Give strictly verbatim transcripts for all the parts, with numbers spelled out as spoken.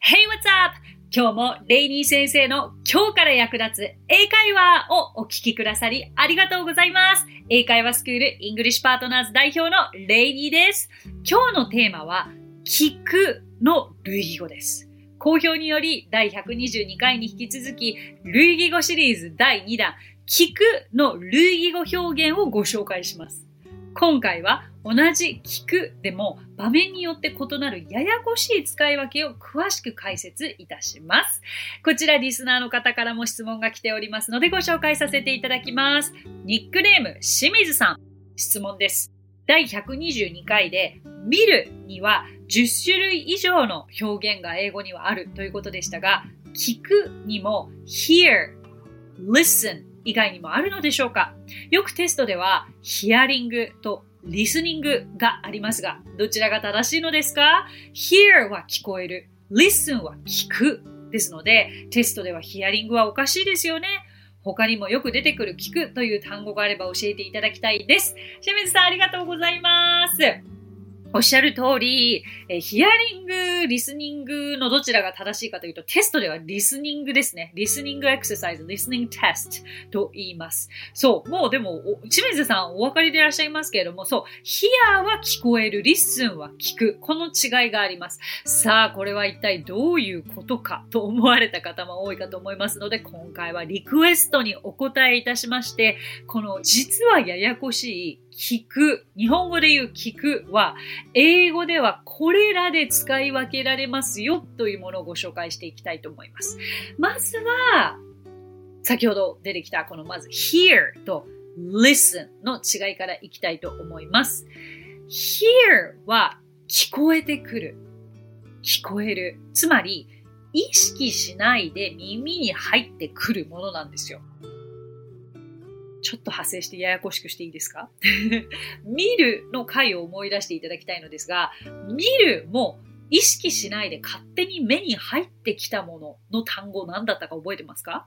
Hey, what's up? 今日もレイニー先生の今日から役立つ英会話をお聞きくださりありがとうございます。英会話スクールイングリッシュパートナーズ代表のレイニーです。今日のテーマは聞くの類義語です。好評によりだいひゃくにじゅうにかいに引き続き類義語シリーズだいにだん聞くの類義語表現をご紹介します。今回は同じ聞くでも場面によって異なるややこしい使い分けを詳しく解説いたします。こちらリスナーの方からも質問が来ておりますのでご紹介させていただきます。ニックネーム清水さん、質問です。だいひゃくにじゅうにかいで見るにはじゅっしゅるい以上の表現が英語にはあるということでしたが、聞くにも hear、listen 以外にもあるのでしょうか？よくテストではヒアリングとリスニングがありますが、どちらが正しいのですか？ Hear は聞こえる、Listen は聞くですので、テストではヒアリングはおかしいですよね。他にもよく出てくる聞くという単語があれば教えていただきたいです。清水さんありがとうございます。おっしゃる通り、えヒアリング、リスニングのどちらが正しいかというと、テストではリスニングですね。リスニングエクササイズ、リスニングテストと言います。そう、もうでも、清水さんお分かりでいらっしゃいますけれども、そう、hear は聞こえる、listen は聞く。この違いがあります。さあ、これは一体どういうことかと思われた方も多いかと思いますので、今回はリクエストにお答えいたしまして、この実はややこしい聞く、日本語で言う聞くは、英語ではこれらで使い分けられますよというものをご紹介していきたいと思います。まずは、先ほど出てきたこのまず hear と listen の違いからいきたいと思います。hear は聞こえてくる。聞こえる。つまり、意識しないで耳に入ってくるものなんですよ。ちょっと派生してややこしくしていいですか？見るの回を思い出していただきたいのですが、見るも意識しないで勝手に目に入ってきたものの単語何だったか覚えてますか？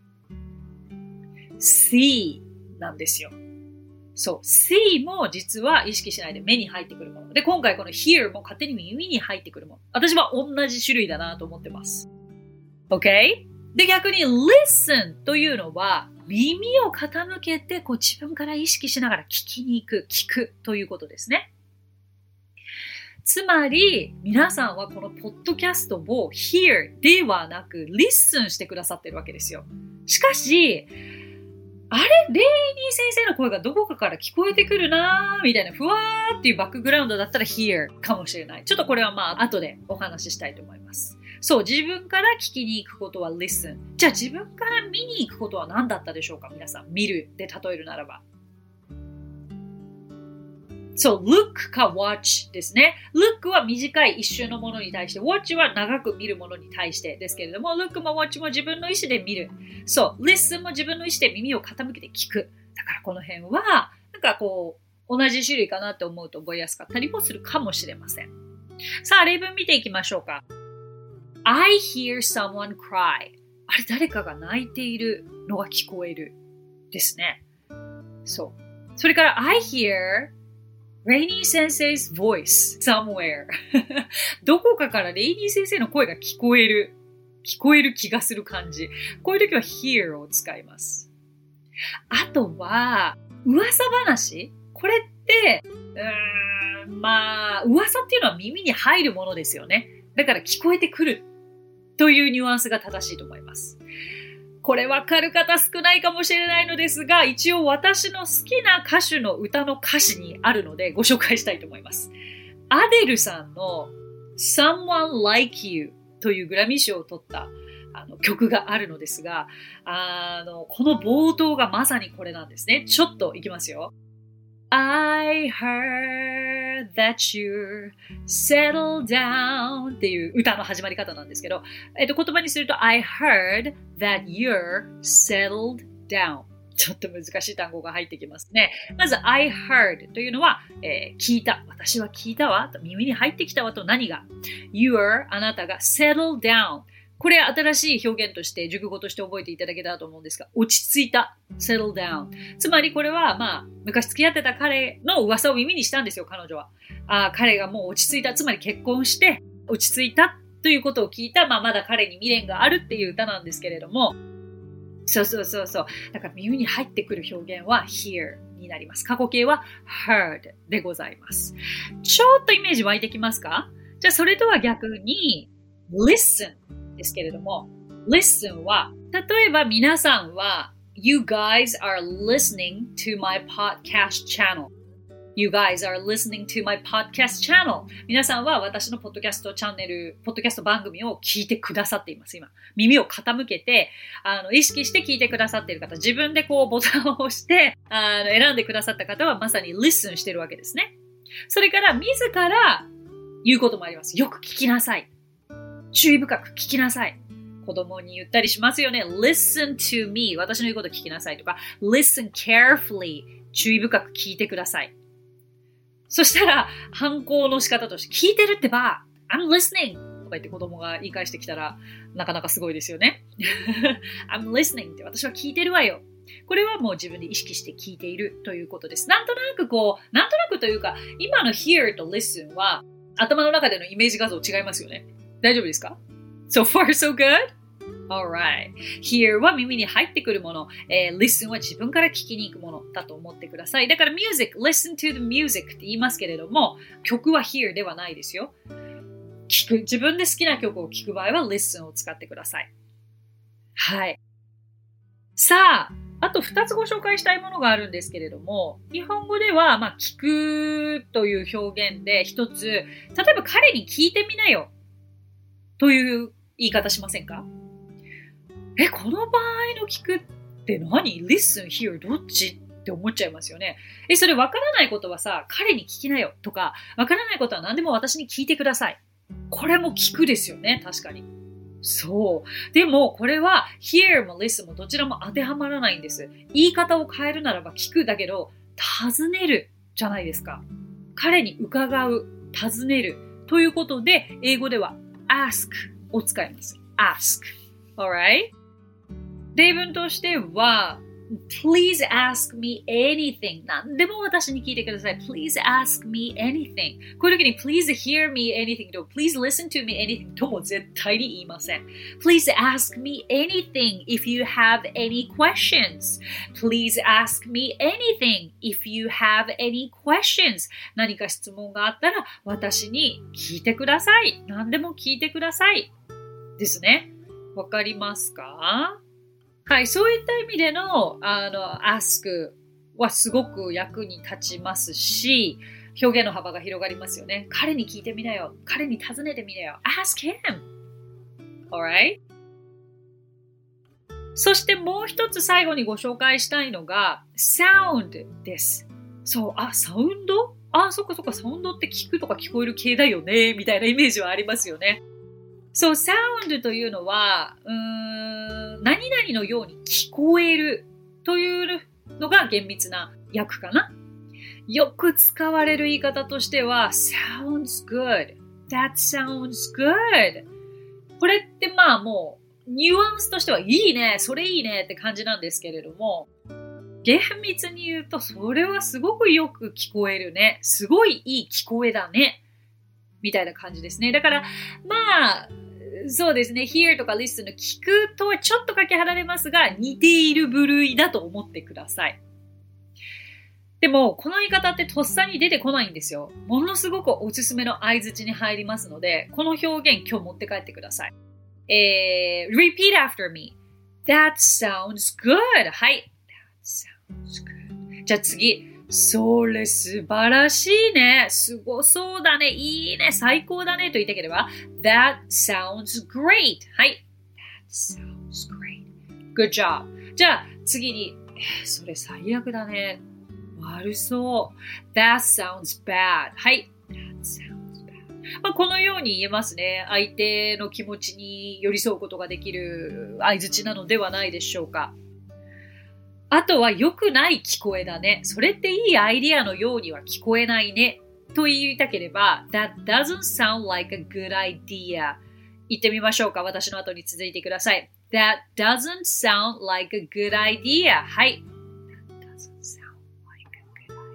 see なんですよ。そう、see も実は意識しないで目に入ってくるもの。で、今回この hear も勝手に耳に入ってくるもの。私は同じ種類だなと思ってます。OK？ で、逆に listen というのは耳を傾けてこう自分から意識しながら聞きに行く、聞くということですね。つまり、皆さんはこのポッドキャストを hear ではなく listen してくださってるわけですよ。しかし、あれ、レイニー先生の声がどこかから聞こえてくるなーみたいなふわーっていうバックグラウンドだったら hear かもしれない。ちょっとこれはまあ後でお話ししたいと思います。そう、自分から聞きに行くことは listen。じゃあ自分から見に行くことは何だったでしょうか？皆さん、見るで例えるならば。そう、look か watch ですね。look は短い一瞬のものに対して、watch は長く見るものに対してですけれども、look も watch も自分の意思で見る。そう、listen も自分の意思で耳を傾けて聞く。だからこの辺は、なんかこう、同じ種類かなって思うと覚えやすかったりもするかもしれません。さあ、例文見ていきましょうか。I hear someone cry. あれ、誰かが泣いているのが聞こえるですね。そう。それから I hear Rainy 先生 's voice somewhere. どこかからレイニー先生の声が聞こえる。聞こえる気がする感じ。こういう時は hear を使います。あとは、噂話。これって、うーん、まあ、噂っていうのは耳に入るものですよね。だから聞こえてくるというニュアンスが正しいと思います。これわかる方少ないかもしれないのですが、一応私の好きな歌手の歌の歌詞にあるのでご紹介したいと思います。アデルさんの Someone Like You というグラミー賞を取ったあの曲があるのですが、あの、この冒頭がまさにこれなんですね。ちょっといきますよ。I heard that you're settled down っていう歌の始まり方なんですけど、えっと、言葉にすると I heard that you're settled down ちょっと難しい単語が入ってきますね。まず I heard というのは、えー、聞いた。私は聞いたわ。耳に入ってきたわと何が You're あなたが settled downこれ新しい表現として熟語として覚えていただけたらと思うんですが、落ち着いた settle down つまりこれはまあ昔付き合ってた彼の噂を耳にしたんですよ。彼女はあ彼がもう落ち着いた、つまり結婚して落ち着いたということを聞いた、まあ、まだ彼に未練があるっていう歌なんですけれども、そうそうそうそう。だから耳に入ってくる表現は hear になります。過去形は heard でございます。ちょっとイメージ湧いてきますか？じゃあそれとは逆に listen ですけれども、listen は、例えば皆さんは You guys are listening to my podcast channel.You guys are listening to my podcast channel. 皆さんは私のポッドキャストチャンネル、ポッドキャスト番組を聞いてくださっています。今、耳を傾けて、あの、意識して聞いてくださっている方、自分でこうボタンを押して、あの、選んでくださった方はまさに listen してるわけですね。それから自ら言うこともあります。よく聞きなさい。注意深く聞きなさい。子供に言ったりしますよね。Listen to me. 私の言うこと聞きなさいとか、Listen carefully. 注意深く聞いてください。そしたら、反抗の仕方として、聞いてるってば、I'm listening! とか言って子供が言い返してきたら、なかなかすごいですよね。I'm listening って私は聞いてるわよ。これはもう自分で意識して聞いているということです。なんとなくこう、なんとなくというか、今の hear と listen は、頭の中でのイメージ画像違いますよね。大丈夫ですか？ So far, so good?Alright. Hear は耳に入ってくるもの、えー、listen は自分から聞きに行くものだと思ってください。だから music, listen to the music って言いますけれども、曲は hear ではないですよ。聞く、自分で好きな曲を聞く場合は listen を使ってください。はい。さあ、あとふたつご紹介したいものがあるんですけれども、日本語では、まあ、聞くという表現で一つ、例えば彼に聞いてみなよという言い方しませんか？え、この場合の聞くって何？ listen, hear どっちって思っちゃいますよね。え、それ分からないことはさ、彼に聞きなよとか、分からないことは何でも私に聞いてください。これも聞くですよね、確かに。そう。でも、これは hear も listen もどちらも当てはまらないんです。言い方を変えるならば聞くだけど、尋ねるじゃないですか。彼に伺う、尋ねるということで、英語では ask を使います。ask。alright？例文としては、Please ask me anything. 何でも私に聞いてください。Please ask me anything. こういう時に Please hear me anything と Please listen to me anything とも絶対に言いません。Please ask me anything if you have any questions. Please ask me anything if you have any questions. 何か質問があったら私に聞いてください。何でも聞いてください。ですね。わかりますか？はい、そういった意味での、あの、ask はすごく役に立ちますし、表現の幅が広がりますよね。彼に聞いてみなよ。彼に尋ねてみなよ。ask him!alright? そしてもう一つ最後にご紹介したいのが、sound です。そう、あ、サウンド？あ、そっかそっか、サウンドって聞くとか聞こえる系だよね、みたいなイメージはありますよね。そう、サウンドというのは、うーん、何々のように聞こえるというのが厳密な訳かな。よく使われる言い方としては、sounds good. That sounds good. これってまあもう、ニュアンスとしてはいいね、それいいねって感じなんですけれども、厳密に言うと、それはすごくよく聞こえるね。すごいいい聞こえだね。みたいな感じですね。だから、まあ、そうですね。hear とか listen の聞くとはちょっとかけ離れますが、似ている部類だと思ってください。でも、この言い方ってとっさに出てこないんですよ。ものすごくおすすめの相槌に入りますので、この表現今日持って帰ってください。えー、repeat after me. That sounds good. はい。That sounds good. じゃあ次。それ素晴らしいね。すごそうだね。いいね。最高だね。と言いたければ That sounds great. はい。That sounds great. Good job. じゃあ次に、えー、それ最悪だね。悪そう。That sounds bad. はい。That sounds bad. まあ、このように言えますね。相手の気持ちに寄り添うことができる相槌なのではないでしょうか。あとは良くない聞こえだね。それっていいアイディアのようには聞こえないね。と言いたければ That doesn't sound like a good idea. 言ってみましょうか。私の後に続いてください。That doesn't sound like a good idea. はい。That doesn't sound like a good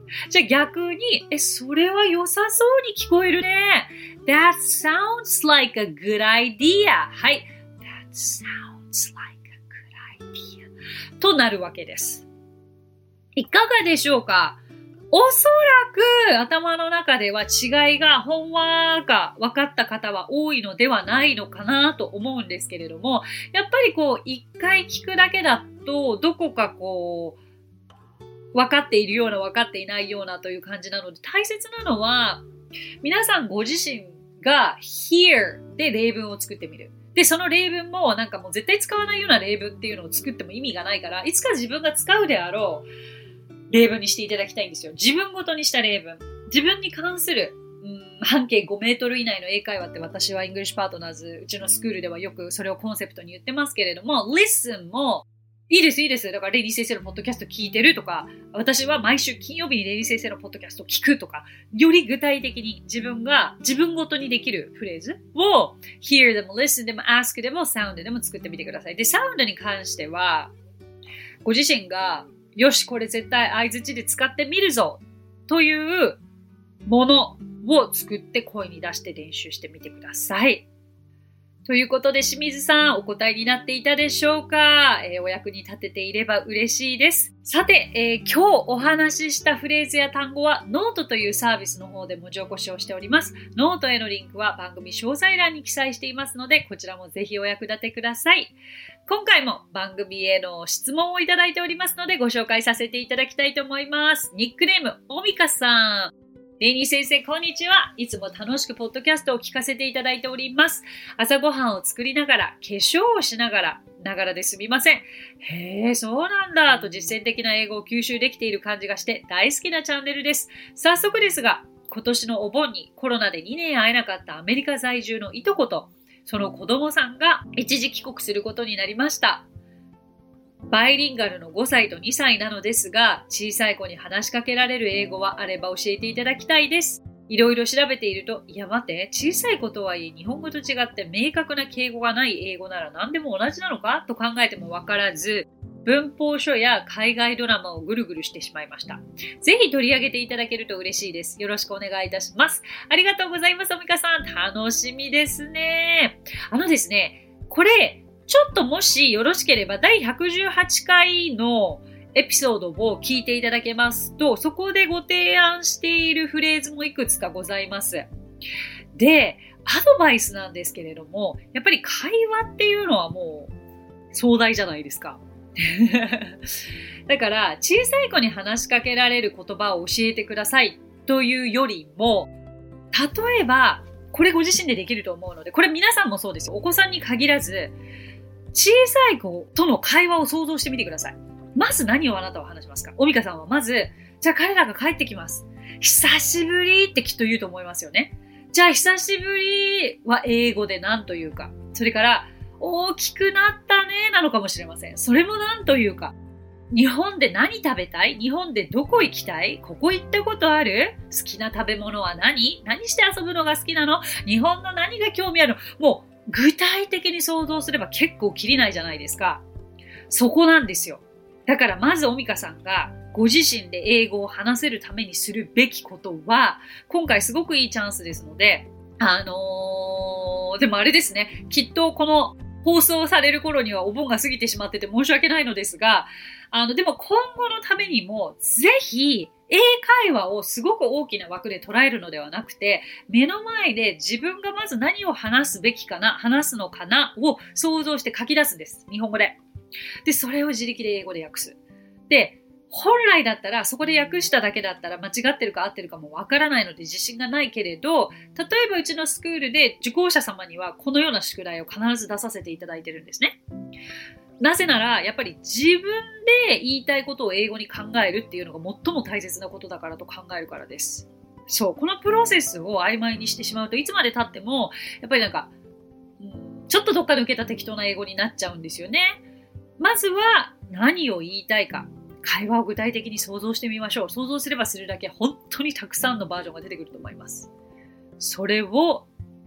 じゃあ逆に、え、それは良さそうに聞こえるね。That sounds like a good idea. はい。That sounds like a good idea. となるわけです。いかがでしょうか？おそらく頭の中では違いがほんわか分かった方は多いのではないのかなと思うんですけれども、やっぱりこう一回聞くだけだとどこかこう分かっているような分かっていないようなという感じなので、大切なのは皆さんご自身が here で例文を作ってみる。で、その例文もなんかもう絶対使わないような例文っていうのを作っても意味がないから、いつか自分が使うであろう例文にしていただきたいんですよ。自分ごとにした例文。自分に関する、うん、半径ごメートル以内の英会話って私はイングリッシュパートナーズ、うちのスクールではよくそれをコンセプトに言ってますけれども、listen もいいです、いいです。だからレイニー先生のポッドキャスト聞いてるとか、私は毎週金曜日にレイニー先生のポッドキャスト聞くとか、より具体的に自分が自分ごとにできるフレーズを hear でも listen でも ask でも sound でも作ってみてください。で、sound に関しては、ご自身がよし、これ絶対相槌で使ってみるぞというものを作って声に出して練習してみてください。ということで清水さん、お答えになっていたでしょうか？えー、お役に立てていれば嬉しいです。さて、えー、今日お話ししたフレーズや単語はノートというサービスの方で文字起こしをしております。ノートへのリンクは番組詳細欄に記載していますので、こちらもぜひお役立てください。今回も番組への質問をいただいておりますので、ご紹介させていただきたいと思います。ニックネーム、おみかさん。レイニー先生、こんにちは。いつも楽しくポッドキャストを聞かせていただいております。朝ごはんを作りながら、化粧をしながら、ながらですみません。へえ、そうなんだと実践的な英語を吸収できている感じがして大好きなチャンネルです。早速ですが、今年のお盆にコロナでにねん会えなかったアメリカ在住のいとこと、その子供さんが一時帰国することになりました。バイリンガルのごさいとにさいなのですが、小さい子に話しかけられる英語はあれば教えていただきたいです。いろいろ調べていると、いや待って、小さい子とはいえ日本語と違って明確な敬語がない英語なら何でも同じなのかと考えてもわからず、文法書や海外ドラマをぐるぐるしてしまいました。ぜひ取り上げていただけると嬉しいです。よろしくお願いいたします。ありがとうございます、おみかさん。楽しみですね。あのですね、これ、ちょっともしよろしければだいひゃくじゅうはちかいのエピソードを聞いていただけますと、そこでご提案しているフレーズもいくつかございます。で、アドバイスなんですけれども、やっぱり会話っていうのはもう壮大じゃないですか。だから小さい子に話しかけられる言葉を教えてくださいというよりも、例えばこれご自身でできると思うので、これ皆さんもそうですよ。お子さんに限らず、小さい子との会話を想像してみてください。まず何をあなたは話しますか？おみかさんはまず、じゃあ彼らが帰ってきます。久しぶりってきっと言うと思いますよね。じゃあ久しぶりは英語で何というか。それから大きくなったねなのかもしれません。それも何というか。日本で何食べたい？日本でどこ行きたい？ここ行ったことある？好きな食べ物は何？何して遊ぶのが好きなの？日本の何が興味あるの？もう具体的に想像すれば結構きりないじゃないですか。そこなんですよ。だからまずおみかさんがご自身で英語を話せるためにするべきことは、今回すごくいいチャンスですので、あのー、でもあれですね、きっとこの放送される頃にはお盆が過ぎてしまってて申し訳ないのですが、あの、でも今後のためにもぜひ英会話をすごく大きな枠で捉えるのではなくて、目の前で自分がまず何を話すべきかな、話すのかなを想像して書き出すんです。日本語で。で、それを自力で英語で訳す。で、本来だったら、そこで訳しただけだったら間違ってるか合ってるかもわからないので自信がないけれど、例えばうちのスクールで受講者様にはこのような宿題を必ず出させていただいてるんですね。なぜなら、やっぱり自分で言いたいことを英語に考えるっていうのが最も大切なことだからと考えるからです。そう、このプロセスを曖昧にしてしまうといつまで経っても、やっぱりなんか、うん、ちょっとどっかで受けた適当な英語になっちゃうんですよね。まずは何を言いたいか。会話を具体的に想像してみましょう。想像すればするだけ本当にたくさんのバージョンが出てくると思います。それを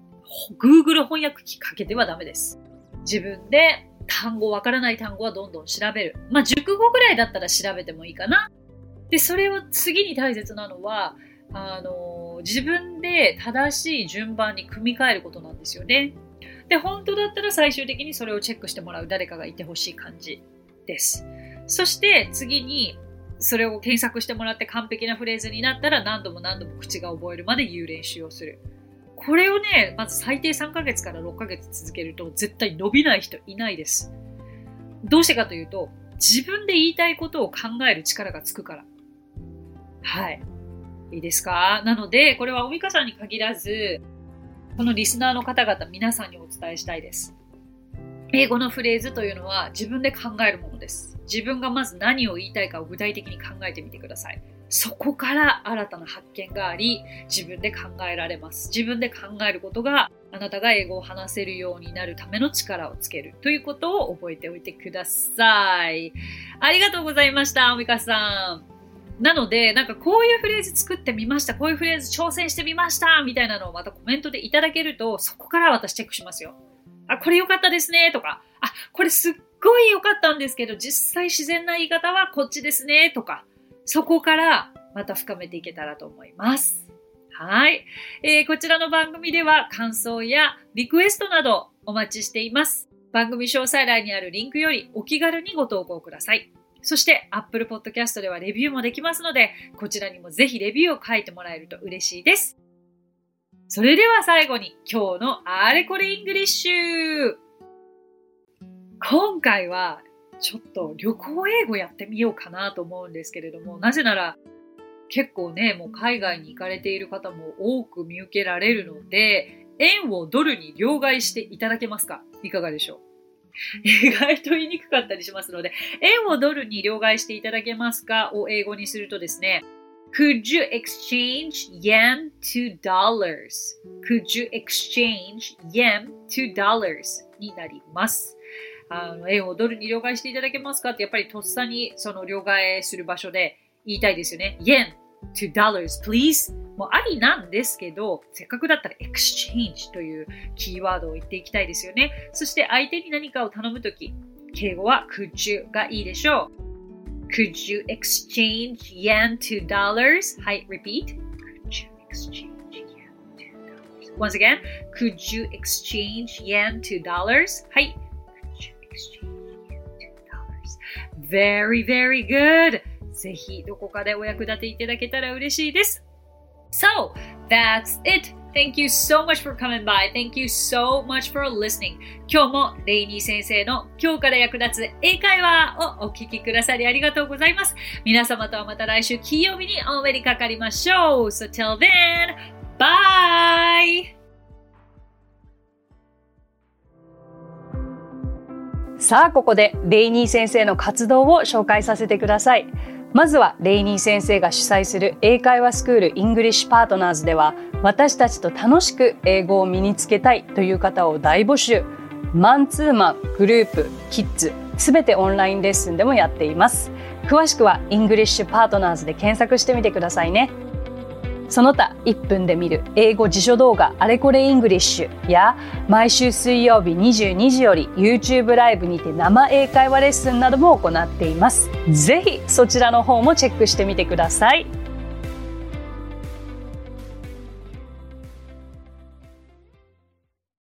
Google 翻訳機かけてはダメです。自分で単語、わからない単語はどんどん調べる。まあ、熟語ぐらいだったら調べてもいいかな。 で、それを次に大切なのは、あの、自分で正しい順番に組み替えることなんですよね。で、本当だったら最終的にそれをチェックしてもらう誰かがいてほしい感じです。そして次に、それを検索してもらって完璧なフレーズになったら何度も何度も口が覚えるまで言う練習をする。これをね、まず最低さんかげつからろっかげつ続けると絶対伸びない人いないです。どうしてかというと、自分で言いたいことを考える力がつくから。はい。いいですか？なので、これはおみかさんに限らず、このリスナーの方々皆さんにお伝えしたいです。英語のフレーズというのは自分で考えるものです。自分がまず何を言いたいかを具体的に考えてみてください。そこから新たな発見があり、自分で考えられます。自分で考えることがあなたが英語を話せるようになるための力をつけるということを覚えておいてください。ありがとうございました、おみかさん。なので、なんかこういうフレーズ作ってみました、こういうフレーズ挑戦してみましたみたいなのをまたコメントでいただけると、そこから私チェックしますよ。あ、これ良かったですねとか、あ、これすっごい良かったんですけど、実際自然な言い方はこっちですねとか、そこからまた深めていけたらと思います。はい、えー。こちらの番組では感想やリクエストなどお待ちしています。番組詳細欄にあるリンクよりお気軽にご投稿ください。そして Apple Podcast ではレビューもできますので、こちらにもぜひレビューを書いてもらえると嬉しいです。それでは最後に今日のあれこれイングリッシュ。今回はちょっと旅行英語やってみようかなと思うんですけれども、なぜなら結構ね、もう海外に行かれている方も多く見受けられるので、円をドルに両替していただけますか？いかがでしょう？意外と言いにくかったりしますので、円をドルに両替していただけますかを英語にするとですね、Could you exchange yen to dollars? Could you exchange yen to dollars? になります。あの、円をドルに両替していただけますかってやっぱりとっさにその両替する場所で言いたいですよね。yen to dollars, please. もうありなんですけど、せっかくだったら exchange というキーワードを言っていきたいですよね。そして相手に何かを頼むとき、敬語は could you がいいでしょう。Could you exchange yen to dollars? はい、repeat. Could you exchange yen to dollars? Once again, could you exchange yen to dollars? はい。Could you exchange yen to dollars? Very, very good. ぜひどこかでお役立ていただけたら嬉しいです。So, that's it. Thank you so much for coming by. Thank you so much for listening. 今日もレイニー先生の今日から役立つ英会話をお聞きくださりありがとうございます。皆様とはまた来週金曜日にお目にかかりましょう。So till then, bye! さあ、ここでレイニー先生の活動を紹介させてください。まずはレイニー先生が主催する英会話スクールイングリッシュパートナーズでは、私たちと楽しく英語を身につけたいという方を大募集。マンツーマン、グループ、キッズ、すべてオンラインレッスンでもやっています。詳しくはイングリッシュパートナーズで検索してみてくださいね。その他いっぷんで見る英語辞書動画あれこれイングリッシュや毎週水曜日にじゅうにじより YouTube ライブにて生英会話レッスンなども行っています。ぜひそちらの方もチェックしてみてください。